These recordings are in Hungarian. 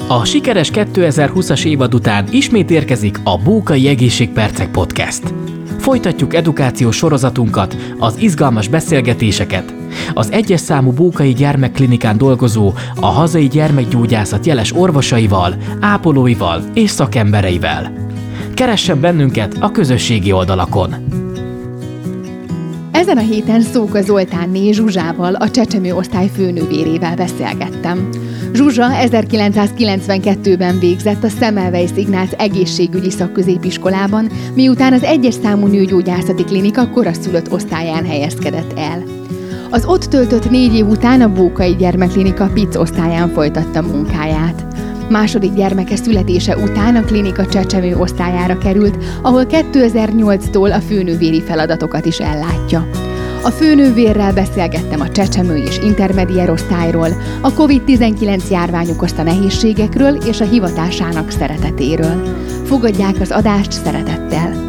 A sikeres 2020-as évad után ismét érkezik a Bókai Egészségpercek Podcast. Folytatjuk edukációs sorozatunkat, az izgalmas beszélgetéseket, az egyes számú Bókai Gyermekklinikán dolgozó, a hazai gyermekgyógyászat jeles orvosaival, ápolóival és szakembereivel. Keressen bennünket a közösségi oldalakon! Ezen a héten Szóka Zoltánné Zsuzsával, a csecsemő osztály főnővérével beszélgettem. Zsuzsa 1992-ben végzett a Semmelweis Ignác egészségügyi szakközépiskolában, miután az egyes számú nőgyógyászati klinika koraszülött osztályán helyezkedett el. Az ott töltött 4 év után a Bókai Gyermekklinika PIC osztályán folytatta munkáját. Második gyermeke születése után a klinika csecsemő osztályára került, ahol 2008-tól a főnővéri feladatokat is ellátja. A főnővérrel beszélgettem a csecsemő és intermediér osztályról, a COVID-19 járvány okozta nehézségekről és a hivatásának szeretetéről. Fogadják az adást szeretettel!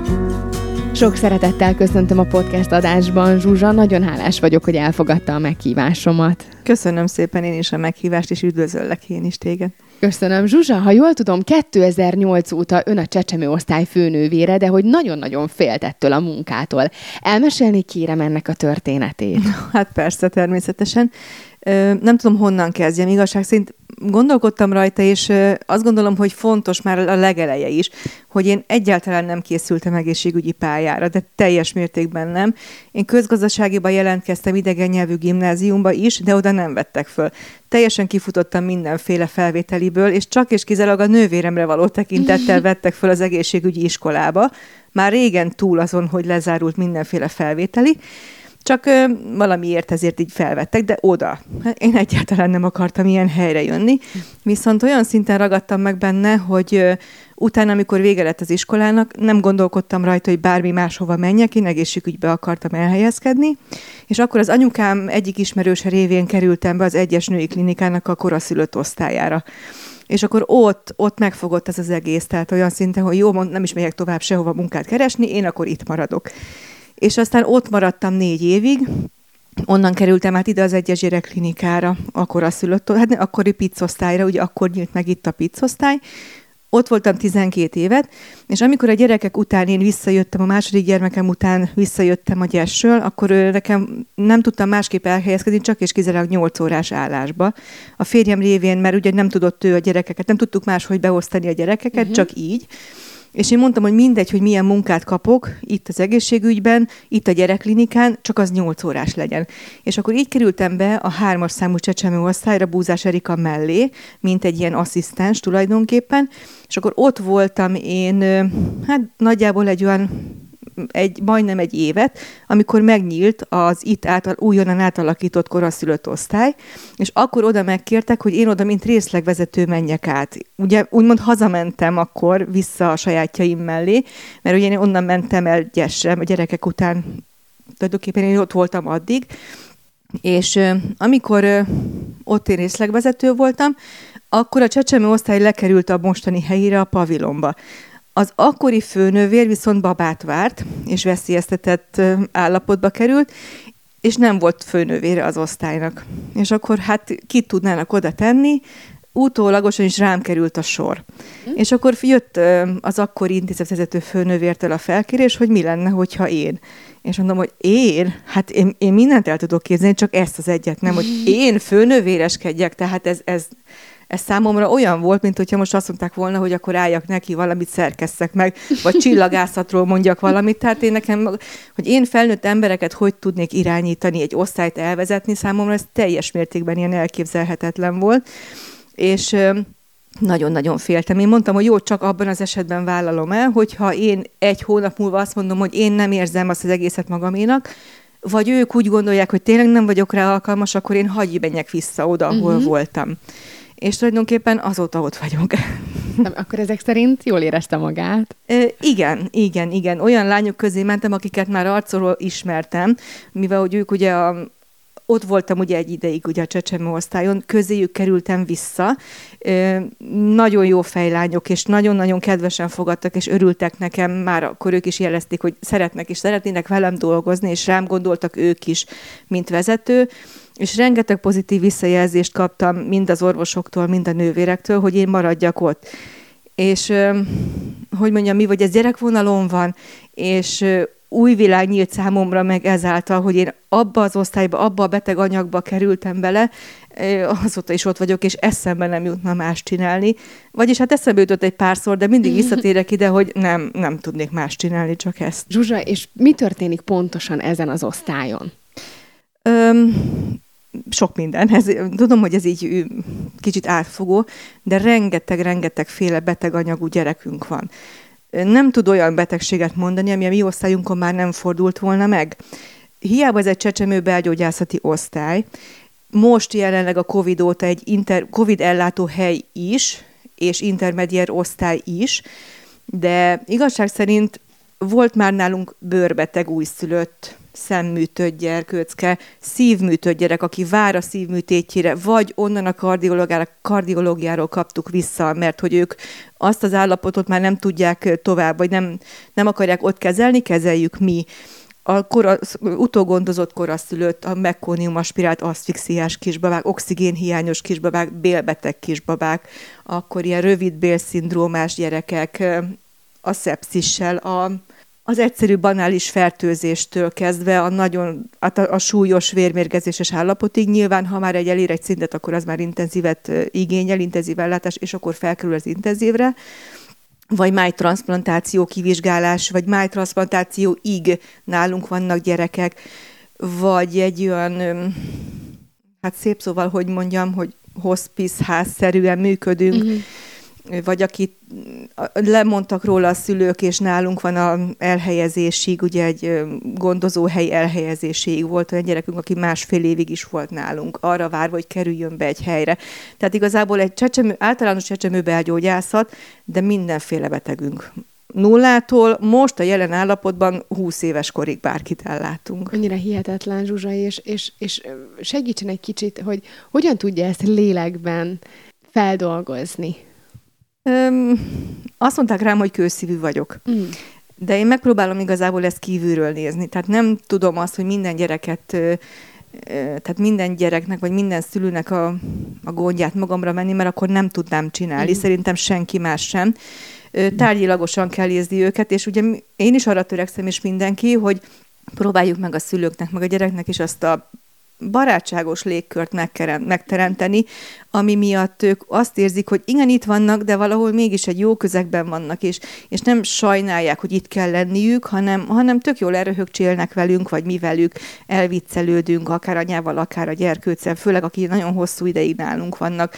Sok szeretettel köszöntöm a podcast adásban, Zsuzsa, nagyon hálás vagyok, hogy elfogadta a meghívásomat. Köszönöm szépen én is a meghívást, és üdvözöllek én is téged. Köszönöm, Zsuzsa. Ha jól tudom, 2008 óta ön a csecsemő osztály főnővére, de hogy nagyon-nagyon félt ettől a munkától. Elmesélni kérem ennek a történetét? Hát persze, természetesen. Nem tudom, honnan kezdjem. Igazság szerint gondolkodtam rajta, és azt gondolom, hogy fontos már a legeleje is, hogy én egyáltalán nem készültem egészségügyi pályára, de teljes mértékben nem. Én közgazdaságiban jelentkeztem idegen nyelvű gimnáziumba is, de oda nem vettek föl. Teljesen kifutottam mindenféle felvételiből, és csak és kizárólag a nővéremre való tekintettel vettek föl az egészségügyi iskolába. Már régen túl azon, hogy lezárult mindenféle felvételi, csak valamiért ezért így felvettek, de oda. Én egyáltalán nem akartam ilyen helyre jönni, viszont olyan szinten ragadtam meg benne, hogy utána, amikor vége lett az iskolának, nem gondolkodtam rajta, hogy bármi máshova menjek, én egészségügybe akartam elhelyezkedni, és akkor az anyukám egyik ismerőse révén kerültem be az egyes női klinikának a koraszülött osztályára. És akkor ott megfogott ez az egész, tehát olyan szinten, hogy jó, nem is megyek tovább sehova munkát keresni, én akkor itt maradok. És aztán ott maradtam 4 évig, onnan kerültem át ide az egyes gyerekklinikára, a koraszülött, hát akkori PIC osztályra, ugye akkor nyílt meg itt a PIC osztály. Ott voltam 12 évet, és amikor a gyerekek után én visszajöttem, a második gyermekem után visszajöttem a gyesről, akkor nekem nem tudtam másképp elhelyezkedni, csak és kizárólag 8 órás állásba. A férjem révén, mert ugye nem tudott ő a gyerekeket, nem tudtuk máshogy beosztani a gyerekeket, csak így. És én mondtam, hogy mindegy, hogy milyen munkát kapok itt az egészségügyben, itt a gyerekklinikán, csak az 8 órás legyen. És akkor így kerültem be a 3-as számú csecsemő osztályra Búzás Erika mellé, mint egy ilyen asszisztens tulajdonképpen, és akkor ott voltam én, hát nagyjából majdnem egy évet, amikor megnyílt az itt újonnan átalakított koraszülött osztály, és akkor oda megkértek, hogy én oda, mint részlegvezető menjek át. Ugye úgymond hazamentem akkor vissza a sajátjaim mellé, mert ugye én onnan mentem el Gyesre, a gyerekek után, tulajdonképpen én ott voltam addig, és amikor ott én részlegvezető voltam, akkor a csecsemő osztály lekerült a mostani helyére, a pavilonba. Az akkori főnővér viszont babát várt, és veszélyeztetett állapotba került, és nem volt főnővére az osztálynak. És akkor hát kit tudnának oda tenni, utólagosan is rám került a sor. És akkor jött az akkori intézetvezető főnővértől a felkérés, hogy mi lenne, hogyha én. És mondom, hogy én? Hát én mindent el tudok képzelni, csak ezt az egyet nem, hogy én főnővéreskedjek, tehát ez számomra olyan volt, mint hogyha most azt mondták volna, hogy akkor álljak neki, valamit szerkesszek meg, vagy csillagászatról mondjak valamit. Tehát hogy én felnőtt embereket hogy tudnék irányítani, egy osztályt elvezetni, számomra ez teljes mértékben ilyen elképzelhetetlen volt. És nagyon-nagyon féltem. Én mondtam, hogy jó, csak abban az esetben vállalom el, hogyha én 1 hónap múlva azt mondom, hogy én nem érzem azt az egészet magaménak, vagy ők úgy gondolják, hogy tényleg nem vagyok rá alkalmas, akkor én hagyj menjek vissza oda, ahol voltam. És tulajdonképpen azóta ott vagyok. Akkor ezek szerint jól érezte magát? Igen. Olyan lányok közé mentem, akiket már arcról ismertem, mivel hogy ők ugye ott voltam ugye egy ideig ugye a csecsemő osztályon, közéjük kerültem vissza. Nagyon jó fejlányok, és nagyon-nagyon kedvesen fogadtak, és örültek nekem, már akkor ők is jelezték, hogy szeretnek és szeretnének velem dolgozni, és rám gondoltak ők is, mint vezető, és rengeteg pozitív visszajelzést kaptam mind az orvosoktól, mind a nővérektől, hogy én maradjak ott. És hogy mondjam, mi vagy ez gyerekvonalon van, és új világ nyílt számomra meg ezáltal, hogy én abba az osztályba, abba a beteg anyagba kerültem bele, azóta is ott vagyok, és eszembe nem jutna más csinálni. Vagyis hát eszembe jutott egy párszor, de mindig visszatérek ide, hogy nem tudnék más csinálni, csak ezt. Zsuzsa, és mi történik pontosan ezen az osztályon? Sok minden. Tudom, hogy ez így kicsit átfogó, de rengeteg-féle beteganyagú gyerekünk van. Nem tud olyan betegséget mondani, ami a mi osztályunkon már nem fordult volna meg. Hiába ez egy csecsemő belgyógyászati osztály, most jelenleg a Covid óta egy Covid ellátóhely is, és intermediér osztály is, de igazság szerint volt már nálunk bőrbeteg újszülött, szemműtött gyerkőcke, szívműtött gyerek, aki vár a szívműtétjére, vagy onnan a kardiológiáról kaptuk vissza, mert hogy ők azt az állapotot már nem tudják tovább, vagy nem akarják ott kezelni, kezeljük mi. Utógondozott koraszülött, a mekónium aspirált aszfixiás kisbabák, oxigénhiányos kisbabák, bélbeteg kisbabák, akkor ilyen rövid bélszindrómás gyerekek, a szepszissel, az egyszerű banális fertőzéstől kezdve a súlyos vérmérgezéses állapotig. Nyilván, ha már elér egy szintet, akkor az már intenzívet igényel, intenzív ellátás, és akkor felkerül az intenzívre. Vagy májtranszplantáció kivizsgálás, vagy májtranszplantációig nálunk vannak gyerekek, vagy egy olyan, hát szép szóval, hogy mondjam, hogy hospice házszerűen működünk, vagy akit lemondtak róla a szülők, és nálunk van az elhelyezésig, ugye egy gondozóhely elhelyezéséig volt olyan gyerekünk, aki 1,5 évig is volt nálunk, arra várva, hogy kerüljön be egy helyre. Tehát igazából egy általános csecsemő belgyógyászat, de mindenféle betegünk. Nullától most a jelen állapotban 20 éves korig bárkit ellátunk. Annyira hihetetlen, Zsuzsa, és segítsen egy kicsit, hogy hogyan tudja ezt lélekben feldolgozni. Azt mondták rám, hogy kőszívű vagyok. De én megpróbálom igazából ezt kívülről nézni. Tehát nem tudom azt, hogy minden gyereket, tehát minden gyereknek, vagy minden szülőnek a gondját magamra menni, mert akkor nem tudnám csinálni. Szerintem senki más sem. Tárgyilagosan kell nézni őket, és ugye én is arra törekszem, és mindenki, hogy próbáljuk meg a szülőknek, meg a gyereknek is azt a barátságos légkört megteremteni, ami miatt ők azt érzik, hogy igen, itt vannak, de valahol mégis egy jó közegben vannak, és nem sajnálják, hogy itt kell lenniük, hanem tök jól elröhögcsélnek velünk, vagy mi velük elviccelődünk, akár anyával, akár a gyerkőccel, főleg akik nagyon hosszú ideig nálunk vannak.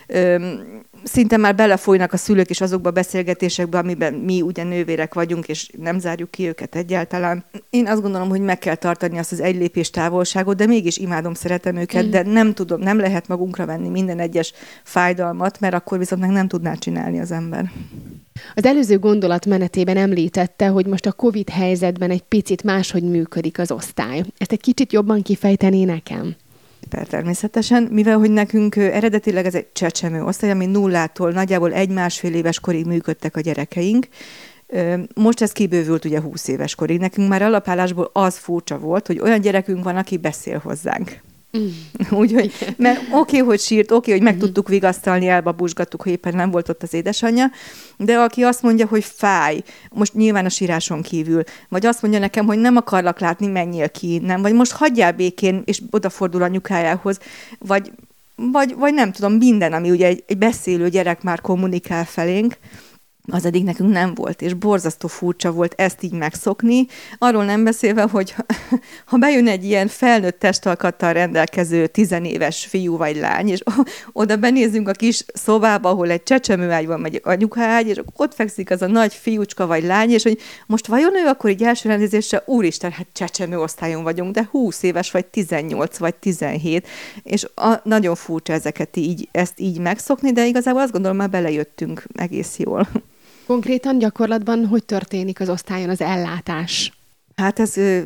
Szinte már belefolynak a szülők is azokba a beszélgetésekbe, amiben mi ugye nővérek vagyunk, és nem zárjuk ki őket egyáltalán. Én azt gondolom, hogy meg kell tartani azt az egy lépés távolságot, de mégis imádom, szeretem őket, de nem lehet magunkra venni minden egyes fájdalmat, mert akkor viszont meg nem tudná csinálni az ember. Az előző gondolatmenetében említette, hogy most a Covid helyzetben egy picit máshogy működik az osztály. Ezt egy kicsit jobban kifejtené nekem? Természetesen, mivel hogy nekünk eredetileg ez egy csecsemő osztály, ami nullától nagyjából 1,5 éves korig működtek a gyerekeink. Most ez kibővült ugye 20 éves korig. Nekünk már alapállásból az furcsa volt, hogy olyan gyerekünk van, aki beszél hozzánk. Úgyhogy, mert oké, hogy sírt, oké, hogy meg tudtuk vigasztalni, elbabusgattuk, hogy éppen nem volt ott az édesanyja, de aki azt mondja, hogy fáj, most nyilván a síráson kívül, vagy azt mondja nekem, hogy nem akarlak látni, menjél ki innen, vagy most hagyjál békén, és odafordul anyukájához, vagy nem tudom, minden, ami ugye egy beszélő gyerek már kommunikál felénk, az eddig nekünk nem volt, és borzasztó furcsa volt ezt így megszokni. Arról nem beszélve, hogy ha bejön egy ilyen felnőtt testalkattal rendelkező 10 éves fiú vagy lány, és oda benézünk a kis szobába, ahol egy csecsemőágy van, vagy anyukágy, és ott fekszik az a nagy fiúcska vagy lány, és hogy most vajon ő akkor így első rendezésre, úristen, hát csecsemő osztályon vagyunk, de 20 éves, vagy 18, vagy 17, és nagyon furcsa ezt így megszokni, de igazából azt gondolom, már belejöttünk egész jól. Konkrétan gyakorlatban hogy történik az osztályon az ellátás? Hát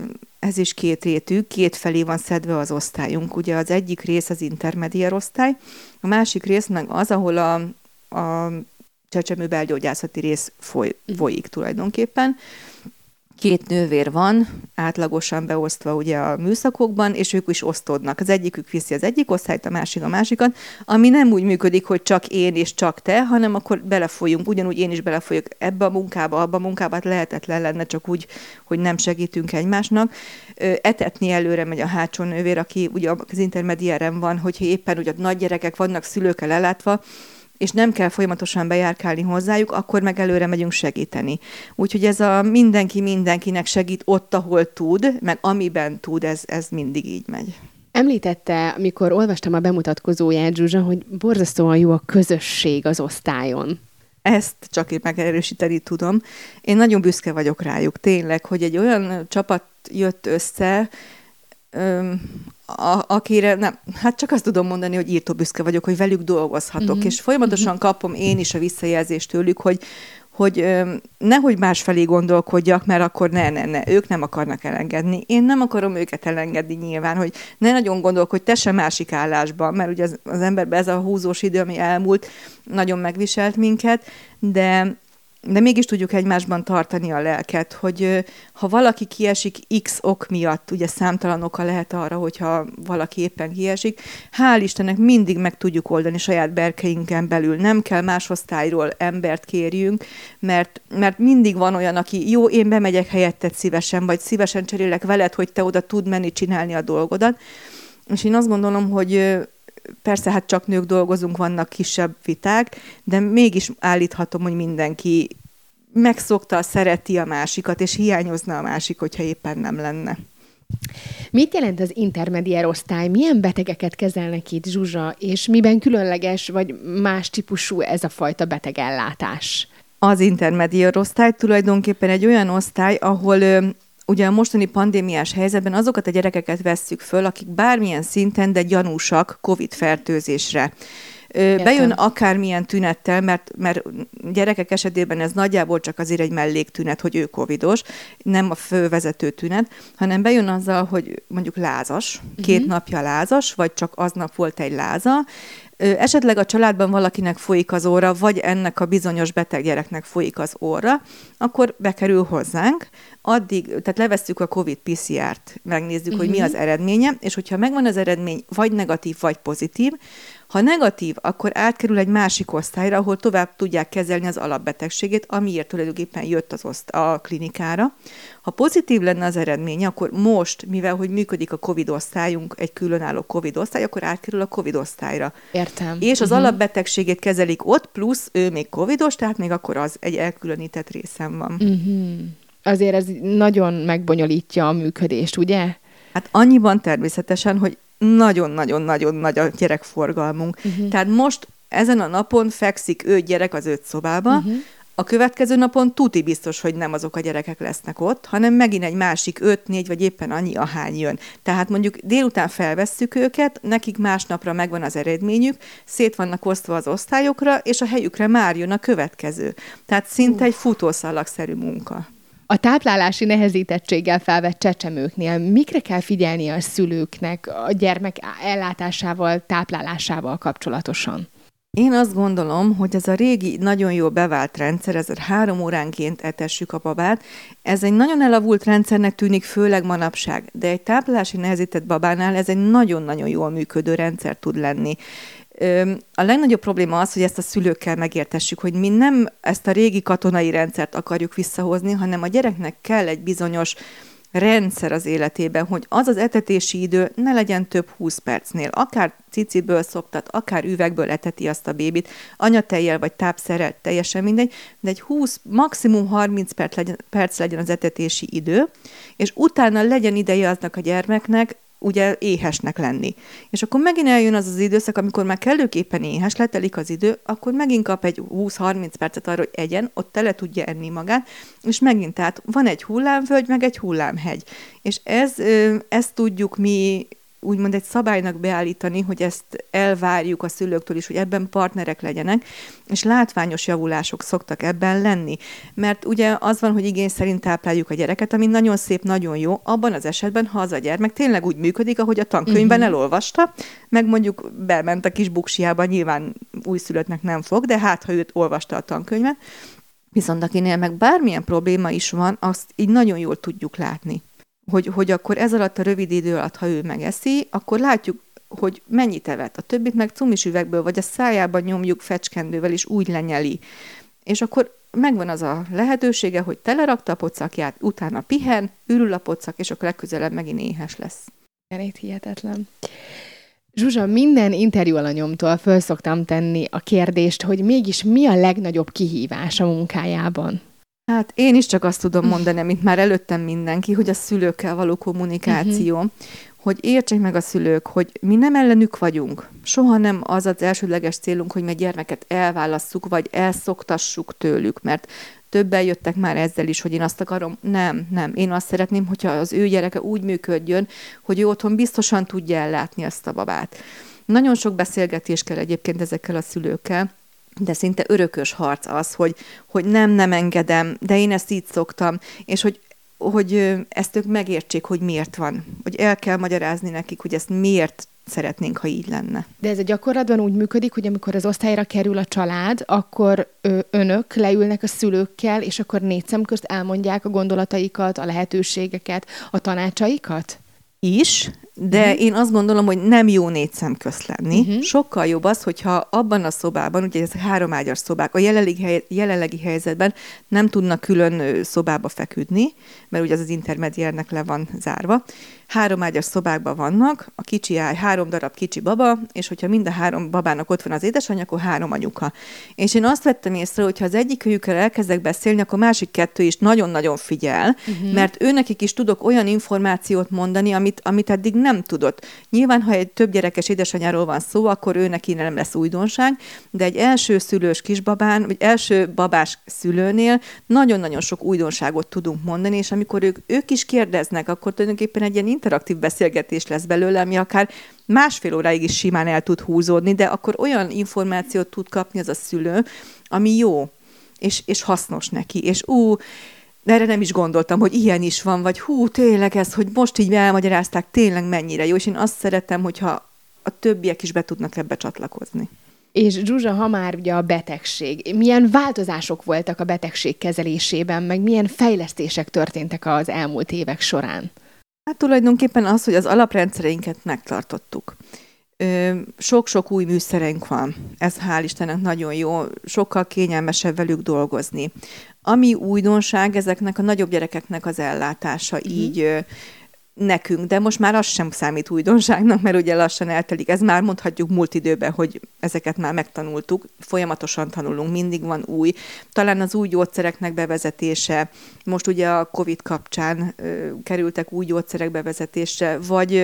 ez is kétrétű, két felé van szedve az osztályunk. Ugye az egyik rész az intermediár osztály, a másik rész meg az, ahol a csecsemő belgyógyászati rész folyik tulajdonképpen. Két nővér van, átlagosan beosztva ugye a műszakokban, és ők is osztódnak. Az egyikük viszi az egyik osztályt, a másik a másikat, ami nem úgy működik, hogy csak én és csak te, hanem akkor belefolyunk, ugyanúgy én is belefolyok ebbe a munkába, abba a munkába, hát lehetetlen lenne csak úgy, hogy nem segítünk egymásnak. Etetni előre megy a hátsó nővér, aki ugye az intermediáren van, hogyha éppen ugye nagy gyerekek vannak szülőkkel ellátva, és nem kell folyamatosan bejárkálni hozzájuk, akkor meg előre megyünk segíteni. Úgyhogy ez a mindenkinek segít ott, ahol tud, meg amiben tud, ez mindig így megy. Említette, amikor olvastam a bemutatkozóját, Zsuzsa, hogy borzasztóan jó a közösség az osztályon. Ezt csak én megerősíteni tudom. Én nagyon büszke vagyok rájuk, tényleg, hogy egy olyan csapat jött össze, akire nem, hát csak azt tudom mondani, hogy írtó büszke vagyok, hogy velük dolgozhatok, és folyamatosan kapom én is a visszajelzést tőlük, hogy nehogy másfelé gondolkodjak, mert akkor ne, ők nem akarnak elengedni. Én nem akarom őket elengedni nyilván, hogy ne nagyon gondolkodj te sem másik állásban, mert ugye az emberben ez a húzós idő, ami elmúlt, nagyon megviselt minket, de mégis tudjuk egymásban tartani a lelket, hogy ha valaki kiesik X ok miatt, ugye számtalan oka lehet arra, hogyha valaki éppen kiesik, hál' Istennek mindig meg tudjuk oldani saját berkeinken belül. Nem kell más osztályról embert kérjünk, mert mindig van olyan, aki jó, én bemegyek helyetted szívesen, vagy szívesen cserélek veled, hogy te oda tud menni csinálni a dolgodat. És én azt gondolom, hogy persze, hát csak nők dolgozunk, vannak kisebb viták, de mégis állíthatom, hogy mindenki megszokta, szereti a másikat, és hiányozna a másik, hogyha éppen nem lenne. Mit jelent az intermediár osztály? Milyen betegeket kezelnek itt, Zsuzsa, és miben különleges, vagy más típusú ez a fajta betegellátás? Az intermediár osztály tulajdonképpen egy olyan osztály, ahol ugye a mostani pandémiás helyzetben azokat a gyerekeket vesszük föl, akik bármilyen szinten, de gyanúsak COVID-fertőzésre. Bejön akármilyen tünettel, mert gyerekek esetében ez nagyjából csak azért egy melléktünet, hogy ő covidos, nem a fővezető tünet, hanem bejön azzal, hogy mondjuk lázas, 2 napja lázas, vagy csak aznap volt egy láza, esetleg a családban valakinek folyik az óra, vagy ennek a bizonyos beteg gyereknek folyik az óra, akkor bekerül hozzánk, addig, tehát levesszük a COVID PCR-t, megnézzük, hogy mi az eredménye, és hogyha megvan az eredmény, vagy negatív, vagy pozitív, ha negatív, akkor átkerül egy másik osztályra, ahol tovább tudják kezelni az alapbetegségét, amiért tulajdonképpen jött a klinikára. Ha pozitív lenne az eredménye, akkor most, mivel hogy működik a COVID osztályunk, egy különálló COVID osztály, akkor átkerül a COVID osztályra. Értem. És az alapbetegségét kezelik ott, plusz ő még covidos, tehát még akkor az egy elkülönített részem van. Azért ez nagyon megbonyolítja a működést, ugye? Hát annyiban természetesen, hogy nagyon-nagyon-nagyon nagy a gyerekforgalmunk. Tehát most ezen a napon fekszik 5 gyerek az 5 szobába, a következő napon tuti biztos, hogy nem azok a gyerekek lesznek ott, hanem megint egy másik 5-4, vagy éppen annyi, ahány jön. Tehát mondjuk délután felvesszük őket, nekik másnapra megvan az eredményük, szét vannak osztva az osztályokra, és a helyükre már jön a következő. Tehát szinte egy futószalagszerű munka. A táplálási nehezítettséggel felvett csecsemőknél mikre kell figyelni a szülőknek a gyermek ellátásával, táplálásával kapcsolatosan? Én azt gondolom, hogy ez a régi, nagyon jó bevált rendszer, ez a 3 óránként etessük a babát, ez egy nagyon elavult rendszernek tűnik, főleg manapság, de egy táplálási nehezített babánál ez egy nagyon-nagyon jól működő rendszer tud lenni. A legnagyobb probléma az, hogy ezt a szülőkkel megértessük, hogy mi nem ezt a régi katonai rendszert akarjuk visszahozni, hanem a gyereknek kell egy bizonyos rendszer az életében, hogy az az etetési idő ne legyen több 20 percnél. Akár ciciből szoptat, akár üvegből eteti azt a bébit, anyatejjel vagy tápszerrel, teljesen mindegy, de egy 20, maximum 30 perc legyen az etetési idő, és utána legyen ideje aznak a gyermeknek, ugye éhesnek lenni. És akkor megint eljön az az időszak, amikor már kellőképpen éhes, letelik az idő, akkor megint kap egy 20-30 percet arra, hogy egyen, ott tele tudja enni magát, és megint, tehát van egy hullámvölgy, meg egy hullámhegy. És ezt tudjuk mi úgymond egy szabálynak beállítani, hogy ezt elvárjuk a szülőktől is, hogy ebben partnerek legyenek, és látványos javulások szoktak ebben lenni. Mert ugye az van, hogy igény szerint tápláljuk a gyereket, ami nagyon szép, nagyon jó, abban az esetben, ha az a gyermek tényleg úgy működik, ahogy a tankönyvben elolvasta, meg mondjuk bement a kis buksiába, nyilván újszülöttnek nem fog, de hát, ha őt olvasta a tankönyvet, viszont akinél meg bármilyen probléma is van, azt így nagyon jól tudjuk látni. Hogy akkor ez alatt a rövid idő alatt, ha ő megeszi, akkor látjuk, hogy mennyit evett. A többit meg cumis üvegből, vagy a szájában nyomjuk fecskendővel, és úgy lenyeli. És akkor megvan az a lehetősége, hogy telerakta a pocakját, utána pihen, ürül a pocak, és akkor legközelebb megint éhes lesz. Hihetetlen. Zsuzsa, minden interjú alanyomtól föl szoktam tenni a kérdést, hogy mégis mi a legnagyobb kihívás a munkájában? Hát én is csak azt tudom mondani, mint már előttem mindenki, hogy a szülőkkel való kommunikáció, hogy értsék meg a szülők, hogy mi nem ellenük vagyunk. Soha nem az az elsődleges célunk, hogy mi gyermeket elválasszuk, vagy elszoktassuk tőlük, mert többen jöttek már ezzel is, hogy én azt akarom. Nem. Én azt szeretném, hogyha az ő gyereke úgy működjön, hogy ő otthon biztosan tudja ellátni azt a babát. Nagyon sok beszélgetés kell egyébként ezekkel a szülőkkel, de szinte örökös harc az, hogy nem engedem, de én ezt így szoktam, és hogy ezt ők megértsék, hogy miért van. Hogy el kell magyarázni nekik, hogy ezt miért szeretnénk, ha így lenne. De ez a gyakorlatban úgy működik, hogy amikor az osztályra kerül a család, akkor önök leülnek a szülőkkel, és akkor 4 szem közt elmondják a gondolataikat, a lehetőségeket, a tanácsaikat? Is, de én azt gondolom, hogy nem jó 4 szem közt lenni. Sokkal jobb az, hogyha abban a szobában, ugye ez 3 ágyas szobák, a jelenlegi helyzetben nem tudnak külön szobába feküdni, mert ugye az intermediárnek le van zárva. 3 ágyas szobákban vannak, a kicsi ágy, 3 darab kicsi baba, és hogyha mind a 3 babának ott van az édesanyja, akkor 3 anyuka. És én azt vettem észre, hogy ha az egyikőjükkel elkezdek beszélni, akkor másik 2 is nagyon-nagyon figyel, mert őnekik is tudok olyan információt mondani, amit eddig nem tudott. Nyilván, ha egy több gyerekes édesanyáról van szó, akkor ő neki nem lesz újdonság, de egy első szülős kisbabán, vagy első babás szülőnél nagyon-nagyon sok újdonságot tudunk mondani, és amikor ők is kérdeznek, akkor tulajdonképpen egy ilyen interaktív beszélgetés lesz belőle, ami akár 1,5 óráig is simán el tud húzódni, de akkor olyan információt tud kapni az a szülő, ami jó, és hasznos neki, és erre nem is gondoltam, hogy ilyen is van, vagy tényleg ez, hogy most így elmagyarázták, tényleg mennyire jó, és én azt szeretem, hogyha a többiek is be tudnak ebbe csatlakozni. És Zsuzsa, ha már ugye a betegség, milyen változások voltak a betegség kezelésében, meg milyen fejlesztések történtek az elmúlt évek során? Hát tulajdonképpen az, hogy az alaprendszereinket megtartottuk. Sok-sok új műszerünk van. Ez hál' Istennek nagyon jó, sokkal kényelmesebb velük dolgozni. Ami újdonság, ezeknek a nagyobb gyerekeknek az ellátása így nekünk, de most már az sem számít újdonságnak, mert ugye lassan eltelik. Ez már mondhatjuk múlt időben, hogy ezeket már megtanultuk, folyamatosan tanulunk, mindig van új. Talán az új gyógyszereknek bevezetése, most ugye a Covid kapcsán kerültek új gyógyszerek bevezetésre,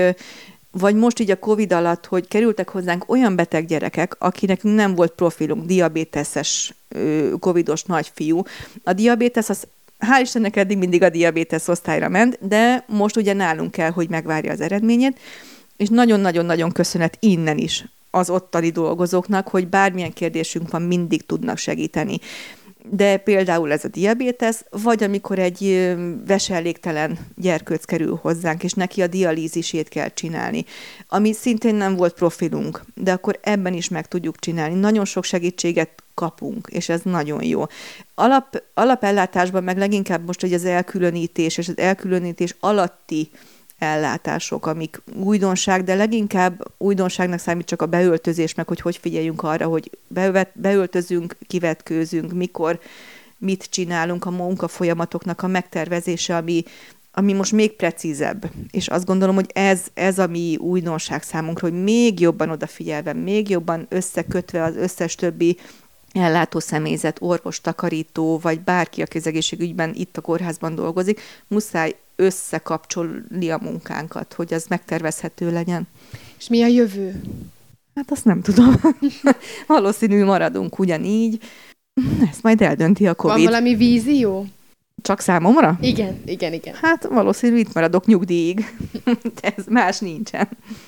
vagy most így a Covid alatt, hogy kerültek hozzánk olyan beteg gyerekek, akinek nem volt profilunk, diabéteses covidos nagyfiú. A diabétesz az hál' Istennek eddig mindig a diabétesz osztályra ment, de most ugye nálunk kell, hogy megvárja az eredményét, és nagyon-nagyon-nagyon köszönet innen is az ottani dolgozóknak, hogy bármilyen kérdésünk van, mindig tudnak segíteni. De például ez a diabétesz, vagy amikor egy veselégtelen gyerkőc kerül hozzánk, és neki a dialízisét kell csinálni, ami szintén nem volt profilunk, de akkor ebben is meg tudjuk csinálni. Nagyon sok segítséget kapunk, és ez nagyon jó. Alapellátásban meg leginkább most, hogy az elkülönítés és az elkülönítés alatti ellátások, amik újdonság, de leginkább újdonságnak számít csak a beöltözés, meg hogy figyeljünk arra, hogy beöltözünk, kivetkőzünk, mikor, mit csinálunk, a munkafolyamatoknak a megtervezése, ami most még precízebb. És azt gondolom, hogy ez a mi újdonság számunkra, hogy még jobban odafigyelve, még jobban összekötve az összes többi ellátó személyzet, orvos, takarító, vagy bárki, aki az egészségügyben itt a kórházban dolgozik, muszáj összekapcsolni a munkánkat, hogy az megtervezhető legyen. És mi a jövő? Hát azt nem tudom. Valószínű maradunk ugyanígy. Ezt majd eldönti a Covid. Van valami vízió? Csak számomra? Igen. Hát valószínű itt maradok nyugdíjig. De ez más nincsen.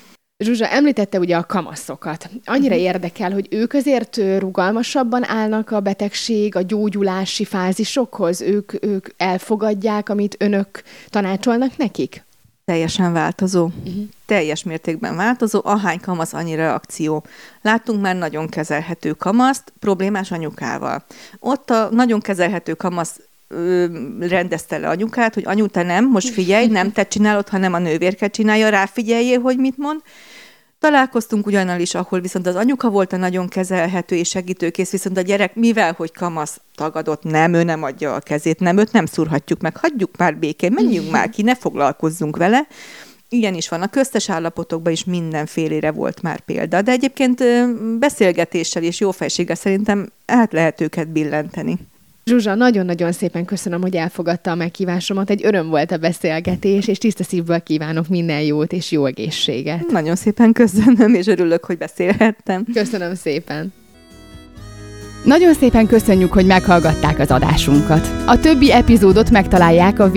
Zsuzsa, említette ugye a kamaszokat. Annyira érdekel, hogy ők azért rugalmasabban állnak a betegség, a gyógyulási fázisokhoz? Ők elfogadják, amit önök tanácsolnak nekik? Teljesen változó. Teljes mértékben változó. Ahány kamasz, annyi reakció. Láttunk már nagyon kezelhető kamaszt, problémás anyukával. Ott a nagyon kezelhető kamasz rendezte le anyukát, hogy anyu, te nem, most figyelj, nem te csinálod, hanem a nővérke csinálja, ráfigyeljél, hogy mit mond. Találkoztunk ugyanannal is, ahol viszont az anyuka volt a nagyon kezelhető és segítőkész, viszont a gyerek, mivel hogy kamasz tagadott, nem, ő nem adja a kezét, nem, őt nem szúrhatjuk meg, hagyjuk már békén, menjünk már ki, ne foglalkozzunk vele. Ilyen is van, a köztes állapotokban is mindenfélére volt már példa, de egyébként beszélgetéssel és jófejséggel szerintem át lehet őket billenteni. Zsuzsa, nagyon-nagyon szépen köszönöm, hogy elfogadta a meghívásomat. Egy öröm volt a beszélgetés, és tiszta szívből kívánok minden jót és jó egészséget. Nagyon szépen köszönöm, és örülök, hogy beszélhettem. Köszönöm szépen. Nagyon szépen köszönjük, hogy meghallgatták az adásunkat. A többi epizódot megtalálják a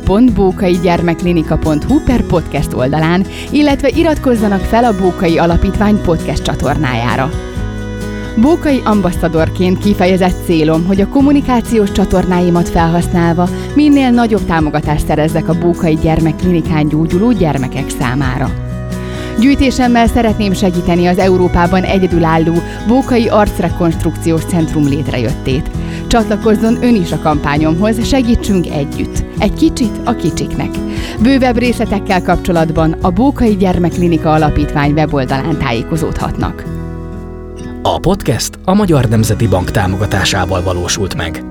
www.bókaigyermekklinika.hu/podcast oldalán, illetve iratkozzanak fel a Bókai Alapítvány podcast csatornájára. Bókai ambasszadorként kifejezett célom, hogy a kommunikációs csatornáimat felhasználva minél nagyobb támogatást szerezzek a Bókai Gyermekklinikán gyógyuló gyermekek számára. Gyűjtésemmel szeretném segíteni az Európában egyedülálló Bókai Arcrekonstrukciós Centrum létrejöttét. Csatlakozzon ön is a kampányomhoz, segítsünk együtt. Egy kicsit a kicsiknek. Bővebb részletekkel kapcsolatban a Bókai Gyermekklinika Alapítvány weboldalán tájékozódhatnak. A podcast a Magyar Nemzeti Bank támogatásával valósult meg.